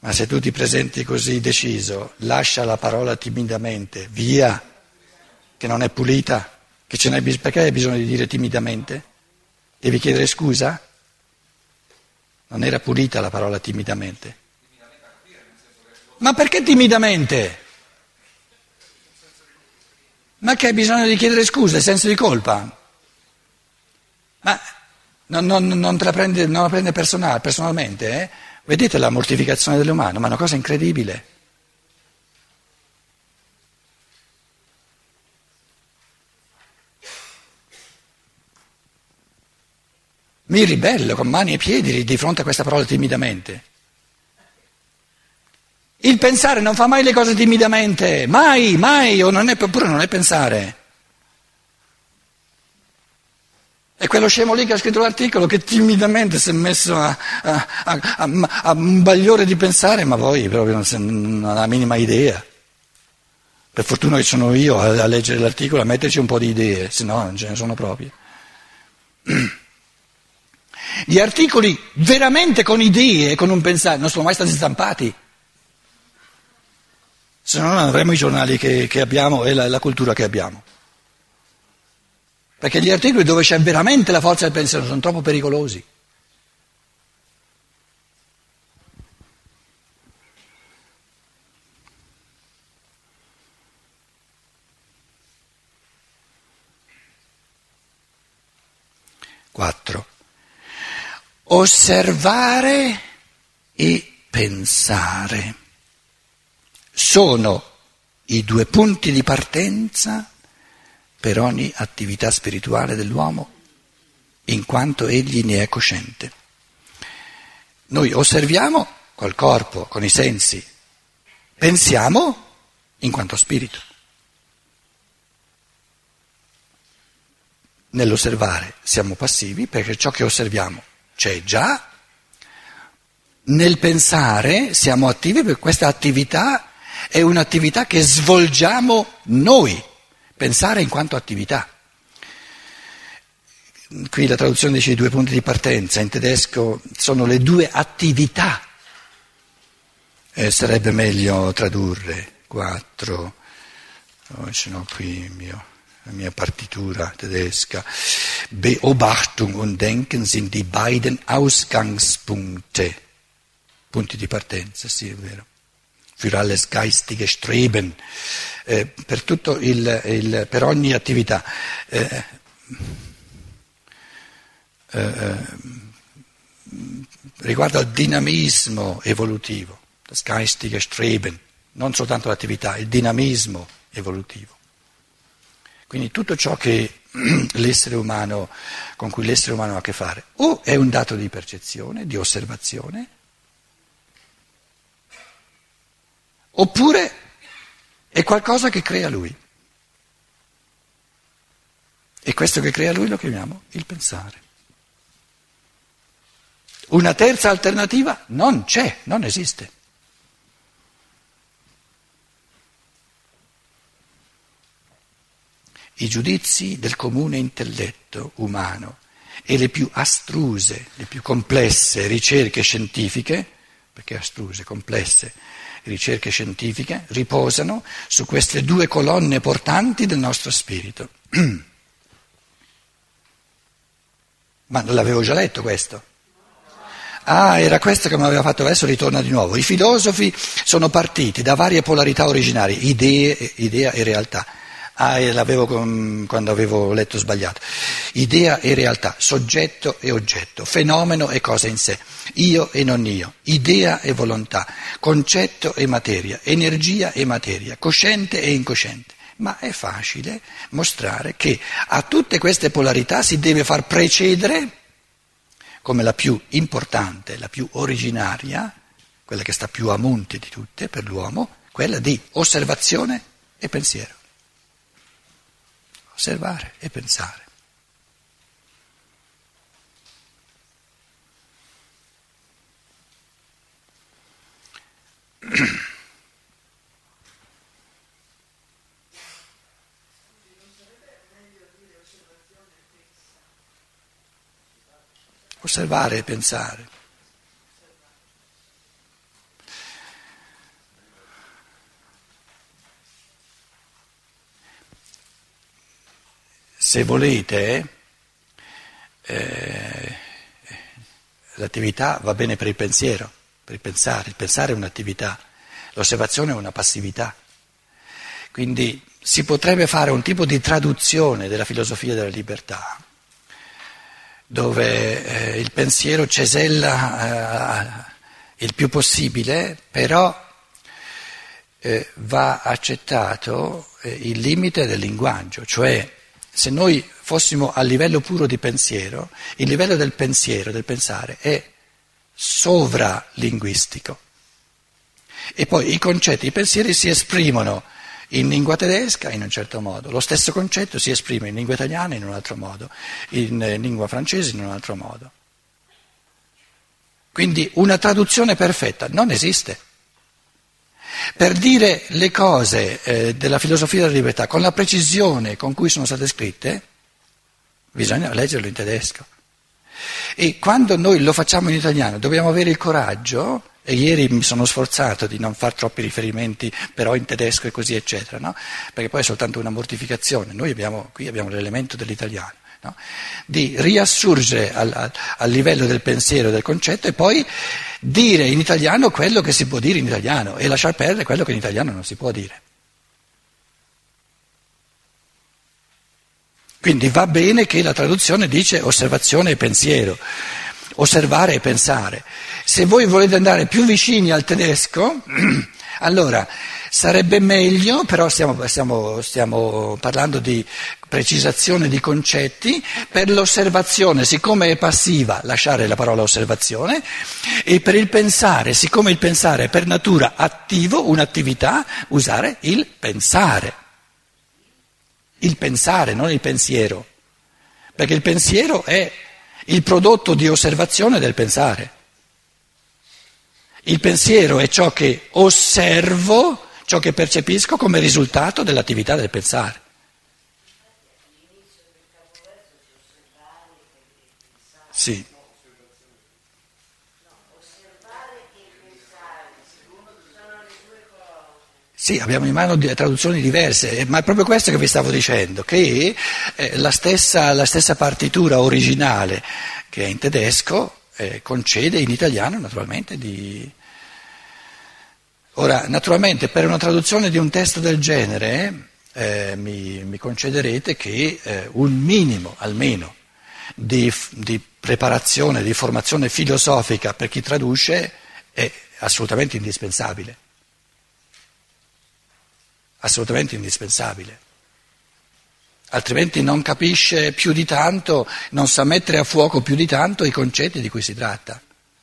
Ma se tu ti presenti così deciso, lascia la parola timidamente, via, che non è pulita, che ce n'hai perché hai bisogno di dire timidamente? Devi chiedere scusa? Non era pulita la parola timidamente. Ma perché timidamente? Ma che hai bisogno di chiedere scusa, è senso di colpa? Ma non te la prende, non la prende personalmente, eh? Vedete la mortificazione dell'umano, ma è una cosa incredibile. Mi ribello con mani e piedi di fronte a questa parola timidamente. Il pensare non fa mai le cose timidamente, mai, mai, oppure non è pensare. E quello scemo lì che ha scritto l'articolo che timidamente si è messo a un bagliore di pensare, ma voi proprio non ha la minima idea. Per fortuna che sono io a leggere l'articolo, a metterci un po' di idee, se no non ce ne sono proprio. Gli articoli veramente con idee e con un pensare non sono mai stati stampati. Se no non avremo i giornali che abbiamo e la cultura che abbiamo. Perché gli articoli dove c'è veramente la forza del pensiero sono troppo pericolosi. Quattro. Osservare e pensare sono i due punti di partenza per ogni attività spirituale dell'uomo, in quanto egli ne è cosciente. Noi osserviamo col corpo, con i sensi, pensiamo in quanto spirito. Nell'osservare siamo passivi perché ciò che osserviamo c'è già, nel pensare siamo attivi perché questa attività è un'attività che svolgiamo noi, pensare in quanto attività. Qui la traduzione dice i due punti di partenza, in tedesco sono le due attività, sarebbe meglio tradurre, 4, ce n'ho qui la mia partitura tedesca, Beobachtung und Denken sind die beiden Ausgangspunkte, punti di partenza, sì è vero, für alles geistige Streben, per tutto per ogni attività. Riguardo al dinamismo evolutivo, das geistige Streben, non soltanto l'attività, il dinamismo evolutivo. Quindi tutto ciò che l'essere umano, con cui l'essere umano ha a che fare, o è un dato di percezione, di osservazione, oppure è qualcosa che crea lui. E questo che crea lui lo chiamiamo il pensare. Una terza alternativa non c'è, non esiste. I giudizi del comune intelletto umano e le più astruse, le più complesse ricerche scientifiche, perché astruse, complesse ricerche scientifiche, riposano su queste due colonne portanti del nostro spirito. Ma l'avevo già letto questo. Ah, era questo che mi aveva fatto, adesso ritorna di nuovo. I filosofi sono partiti da varie polarità originarie, idea e realtà. Ah, l'avevo quando avevo letto sbagliato. Idea e realtà, soggetto e oggetto, fenomeno e cosa in sé, io e non io, idea e volontà, concetto e materia, energia e materia, cosciente e incosciente. Ma è facile mostrare che a tutte queste polarità si deve far precedere, come la più importante, la più originaria, quella che sta più a monte di tutte per l'uomo, quella di osservazione e pensiero. Osservare e pensare. Osservare e pensare. se volete, l'attività va bene per il pensiero, per il pensare è un'attività, l'osservazione è una passività. Quindi si potrebbe fare un tipo di traduzione della filosofia della libertà, dove il pensiero cesella il più possibile, però va accettato il limite del linguaggio, cioè se noi fossimo a livello puro di pensiero, il livello del pensiero, del pensare, è sovralinguistico. E poi i concetti, i pensieri si esprimono in lingua tedesca in un certo modo, lo stesso concetto si esprime in lingua italiana in un altro modo, in lingua francese in un altro modo. Quindi una traduzione perfetta non esiste. Per dire le cose della filosofia della libertà con la precisione con cui sono state scritte, bisogna leggerlo in tedesco. E quando noi lo facciamo in italiano dobbiamo avere il coraggio, e ieri mi sono sforzato di non fare troppi riferimenti però in tedesco e così eccetera, no? Perché poi è soltanto una mortificazione, noi qui abbiamo l'elemento dell'italiano, no? Di riassurgere al livello del pensiero, del concetto e poi dire in italiano quello che si può dire in italiano e lasciar perdere quello che in italiano non si può dire. Quindi va bene che la traduzione dice osservazione e pensiero, osservare e pensare. Se voi volete andare più vicini al tedesco, allora sarebbe meglio, però stiamo parlando di precisazione di concetti, per l'osservazione, siccome è passiva, lasciare la parola osservazione, e per il pensare, siccome il pensare è per natura attivo, un'attività, usare il pensare. Il pensare, non il pensiero, perché il pensiero è il prodotto di osservazione del pensare. Il pensiero è ciò che osservo, ciò che percepisco come risultato dell'attività del pensare. Sì. Sì, abbiamo in mano traduzioni diverse, ma è proprio questo che vi stavo dicendo, che la stessa partitura originale che è in tedesco concede in italiano naturalmente di... Ora, naturalmente per una traduzione di un testo del genere mi concederete che un minimo almeno di preparazione, di formazione filosofica per chi traduce è assolutamente indispensabile. Assolutamente indispensabile, altrimenti non capisce più di tanto, non sa mettere a fuoco più di tanto i concetti di cui si tratta.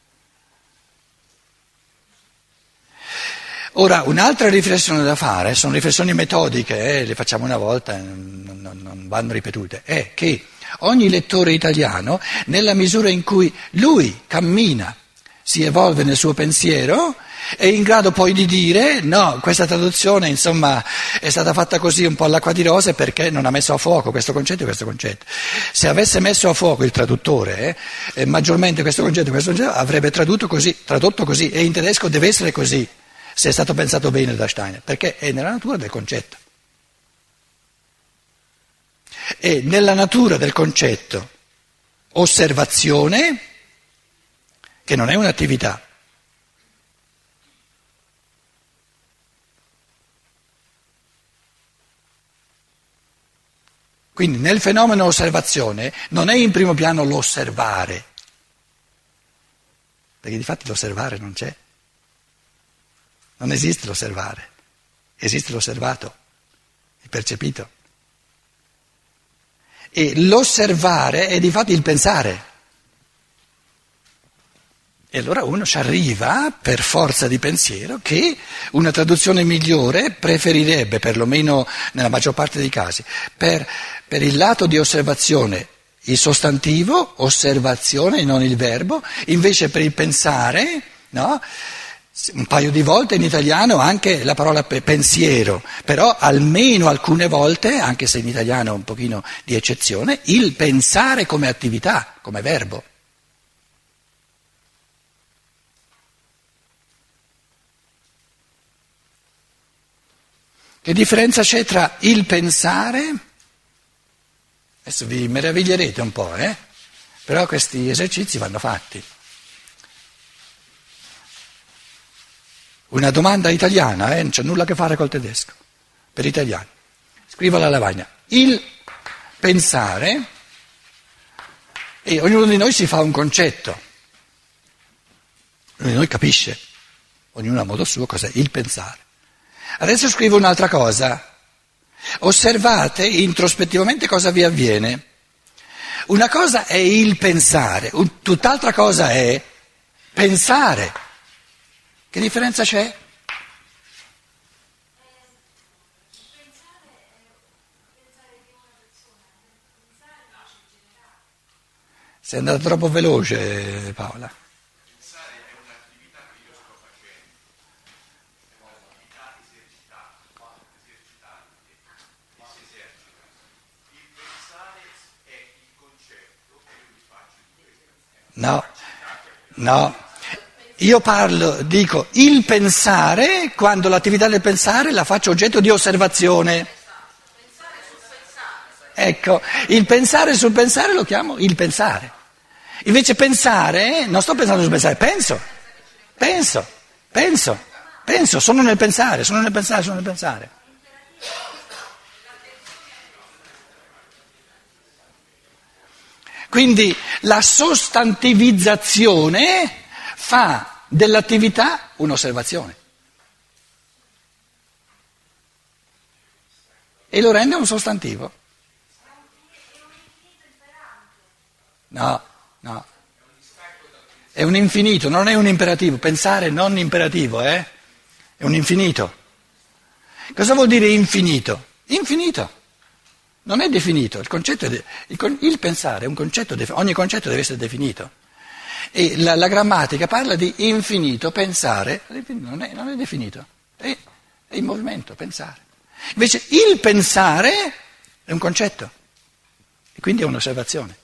Ora, un'altra riflessione da fare, sono riflessioni metodiche, le facciamo una volta, non vanno ripetute, è che ogni lettore italiano, nella misura in cui lui cammina, si evolve nel suo pensiero, è in grado poi di dire no, questa traduzione insomma è stata fatta così un po' all'acqua di rose perché non ha messo a fuoco questo concetto e questo concetto. Se avesse messo a fuoco il traduttore maggiormente questo concetto avrebbe tradotto così e in tedesco deve essere così, se è stato pensato bene da Steiner, perché è nella natura del concetto. E nella natura del concetto osservazione, che non è un'attività. Quindi nel fenomeno osservazione non è in primo piano l'osservare, perché difatti l'osservare non c'è, non esiste l'osservare, esiste l'osservato, il percepito. E l'osservare è difatti il pensare. E allora uno ci arriva, per forza di pensiero, che una traduzione migliore preferirebbe, perlomeno nella maggior parte dei casi, per il lato di osservazione il sostantivo, osservazione e non il verbo, invece per il pensare, no? Un paio di volte in italiano anche la parola pensiero, però almeno alcune volte, anche se in italiano è un pochino di eccezione, il pensare come attività, come verbo. Che differenza c'è tra il pensare Adesso vi meraviglierete un po', però questi esercizi vanno fatti. Una domanda italiana, non c'è nulla a che fare col tedesco, per italiani. Scrivo alla lavagna. Il pensare, e ognuno di noi si fa un concetto, ognuno di noi capisce, ognuno a modo suo, cos'è il pensare. Adesso scrivo un'altra cosa. Osservate introspettivamente cosa vi avviene. Una cosa è il pensare, tutt'altra cosa è pensare. Che differenza c'è? Sei andata troppo veloce, Paola. No, io dico il pensare, quando l'attività del pensare la faccio oggetto di osservazione. Ecco, il pensare sul pensare lo chiamo il pensare. Invece pensare, non sto pensando sul pensare, penso, sono nel pensare. Quindi la sostantivizzazione fa dell'attività un'osservazione e lo rende un sostantivo. No, è un infinito, non è un imperativo, pensare non imperativo, è un infinito. Cosa vuol dire infinito? Infinito. Non è definito, il pensare è un concetto, ogni concetto deve essere definito. E la grammatica parla di infinito, pensare, non è definito, è in movimento, pensare. Invece il pensare è un concetto, e quindi è un'osservazione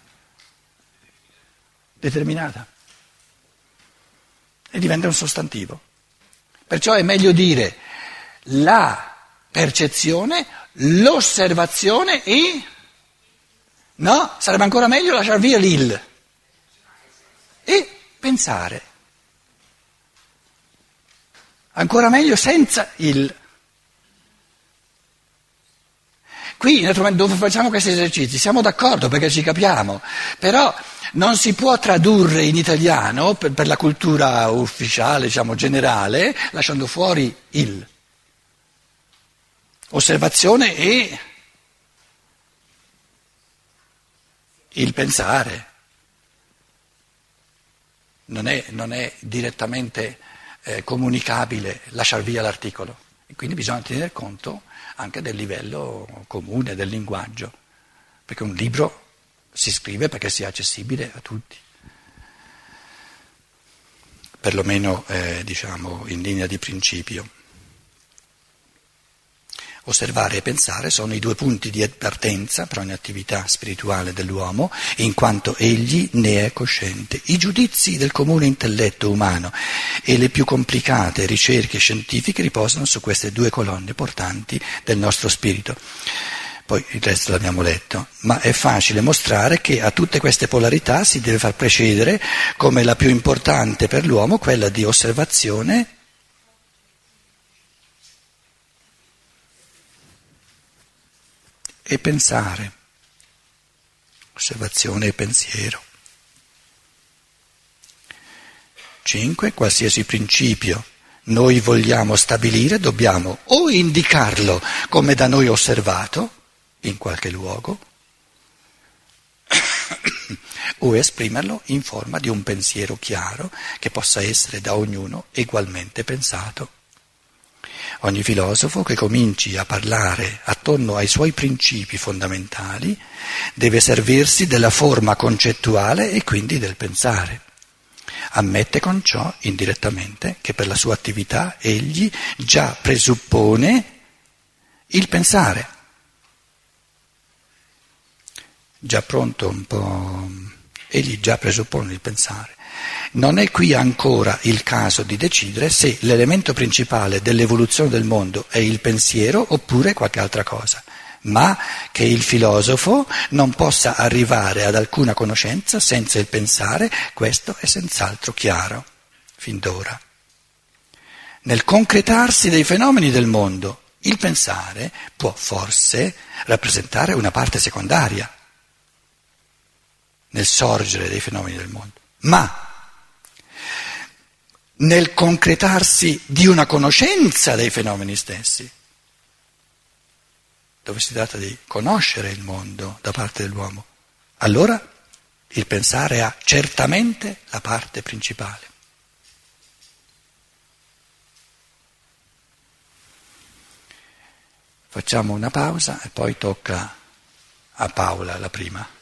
determinata, e diventa un sostantivo. Perciò è meglio dire la percezione, l'osservazione e, no, sarebbe ancora meglio lasciar via l'il, e pensare. Ancora meglio senza il. Qui, naturalmente, dove facciamo questi esercizi siamo d'accordo perché ci capiamo, però non si può tradurre in italiano per la cultura ufficiale, diciamo generale, lasciando fuori il. Osservazione e il pensare non è direttamente comunicabile lasciar via l'articolo, e quindi bisogna tenere conto anche del livello comune del linguaggio, perché un libro si scrive perché sia accessibile a tutti, perlomeno diciamo in linea di principio. Osservare e pensare sono i due punti di partenza per ogni attività spirituale dell'uomo, in quanto egli ne è cosciente. I giudizi del comune intelletto umano e le più complicate ricerche scientifiche riposano su queste due colonne portanti del nostro spirito. Poi il resto l'abbiamo letto, ma è facile mostrare che a tutte queste polarità si deve far precedere come la più importante per l'uomo quella di osservazione e pensare, osservazione e pensiero. 5. Qualsiasi principio noi vogliamo stabilire, dobbiamo o indicarlo come da noi osservato in qualche luogo, o esprimerlo in forma di un pensiero chiaro che possa essere da ognuno egualmente pensato. Ogni filosofo che cominci a parlare attorno ai suoi principi fondamentali deve servirsi della forma concettuale e quindi del pensare. Ammette con ciò indirettamente che per la sua attività egli già presuppone il pensare. Già pronto un po', egli già presuppone il pensare. Non è qui ancora il caso di decidere se l'elemento principale dell'evoluzione del mondo è il pensiero oppure qualche altra cosa, ma che il filosofo non possa arrivare ad alcuna conoscenza senza il pensare, questo è senz'altro chiaro, fin d'ora. Nel concretarsi dei fenomeni del mondo, il pensare può forse rappresentare una parte secondaria nel sorgere dei fenomeni del mondo, ma nel concretarsi di una conoscenza dei fenomeni stessi, dove si tratta di conoscere il mondo da parte dell'uomo, allora il pensare ha certamente la parte principale. Facciamo una pausa e poi tocca a Paola la prima.